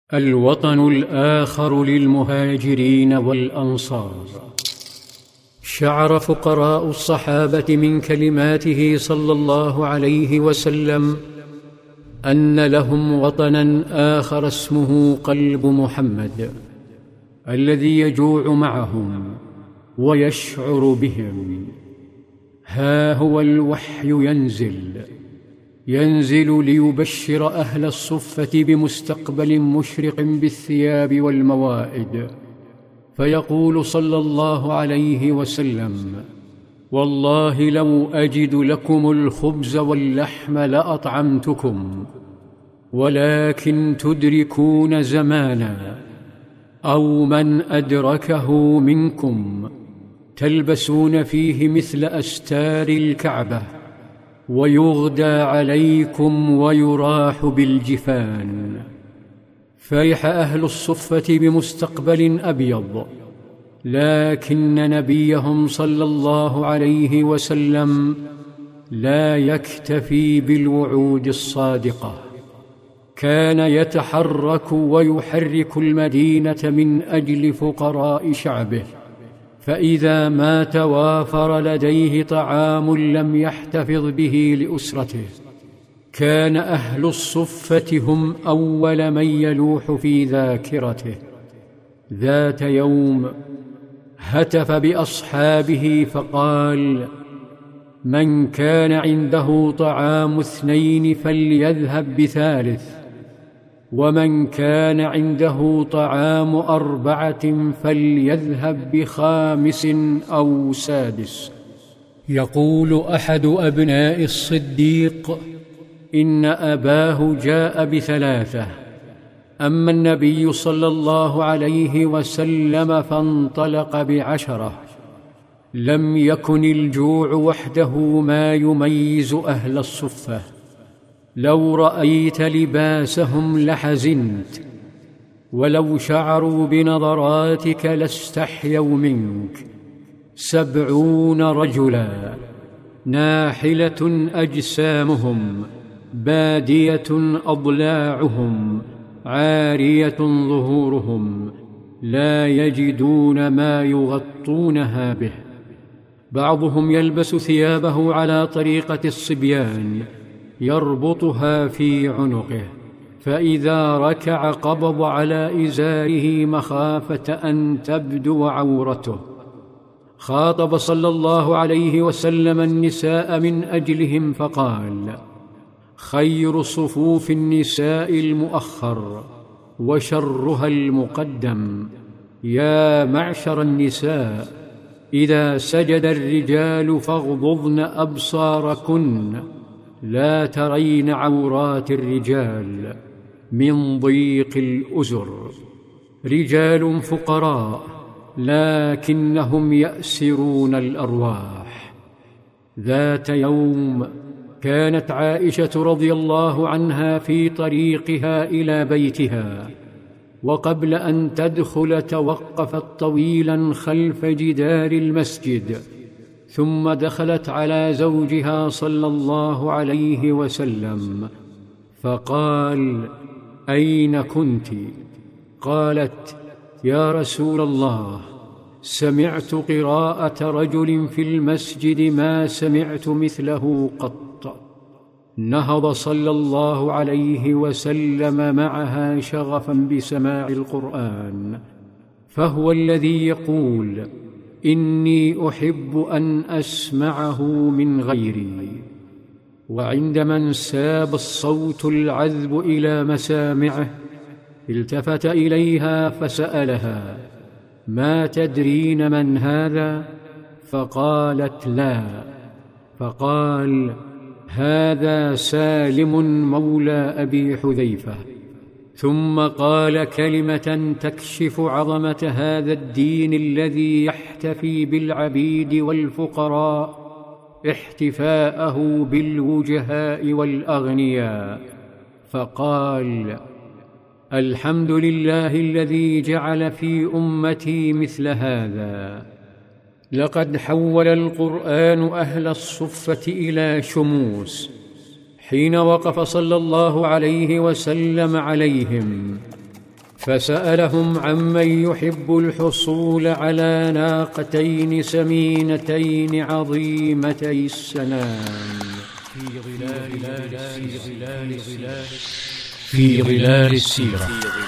الوطن الآخر للمهاجرين والأنصار. شعر فقراء الصحابة من كلماته صلى الله عليه وسلم أن لهم وطنا آخر اسمه قلب محمد، الذي يجوع معهم ويشعر بهم. ها هو الوحي ينزل ليبشر أهل الصفة بمستقبل مشرق بالثياب والموائد، فيقول صلى الله عليه وسلم: والله لو أجد لكم الخبز واللحم لأطعمتكم، ولكن تدركون زمانا أو من أدركه منكم تلبسون فيه مثل أستار الكعبة، ويغدى عليكم ويراح بالجفان. فرح أهل الصفة بمستقبل أبيض، لكن نبيهم صلى الله عليه وسلم لا يكتفي بالوعود الصادقة، كان يتحرك ويحرك المدينة من أجل فقراء شعبه. فإذا ما توافر لديه طعام لم يحتفظ به لأسرته، كان أهل الصفة هم أول من يلوح في ذاكرته. ذات يوم هتف بأصحابه فقال: من كان عنده طعام 2 فليذهب بثالث، ومن كان عنده طعام 4 فليذهب ب5 أو 6. يقول أحد أبناء الصديق: إن أباه جاء ب3، أما النبي صلى الله عليه وسلم فانطلق ب10. لم يكن الجوع وحده ما يميز أهل الصفة، لو رأيت لباسهم لحزنت، ولو شعروا بنظراتك لاستحيوا منك. 70 رجلا، ناحلة أجسامهم، بادية أضلاعهم، عارية ظهورهم، لا يجدون ما يغطونها به. بعضهم يلبس ثيابه على طريقة الصبيان، يربطها في عنقه، فإذا ركع قبض على إزاره مخافة أن تبدو عورته. خاطب صلى الله عليه وسلم النساء من أجلهم فقال: خير صفوف النساء المؤخر، وشرها المقدم. يا معشر النساء، إذا سجد الرجال فاغضضن أبصاركن، لا ترين عورات الرجال من ضيق الأزر. رجال فقراء لكنهم يأسرون الأرواح. ذات يوم كانت عائشة رضي الله عنها في طريقها إلى بيتها، وقبل أن تدخل توقفت طويلا خلف جدار المسجد، ثم دخلت على زوجها صلى الله عليه وسلم فقال: أين كنت؟ قالت: يا رسول الله، سمعت قراءة رجل في المسجد ما سمعت مثله قط. نهض صلى الله عليه وسلم معها شغفا بسماع القرآن، فهو الذي يقول: إني أحب أن أسمعه من غيري. وعندما انساب الصوت العذب إلى مسامعه التفت إليها فسألها: ما تدرين من هذا؟ فقالت: لا. فقال: هذا سالم مولى أبي حذيفة. ثم قال كلمة تكشف عظمة هذا الدين الذي يحتفي بالعبيد والفقراء احتفاءه بالوجهاء والأغنياء، فقال: الحمد لله الذي جعل في أمتي مثل هذا. لقد حول القرآن أهل الصفة إلى شموس، حين وقف صلى الله عليه وسلم عليهم فسألهم عمن يحب الحصول على ناقتين سمينتين عظيمتي السنام في ظلال السيرة.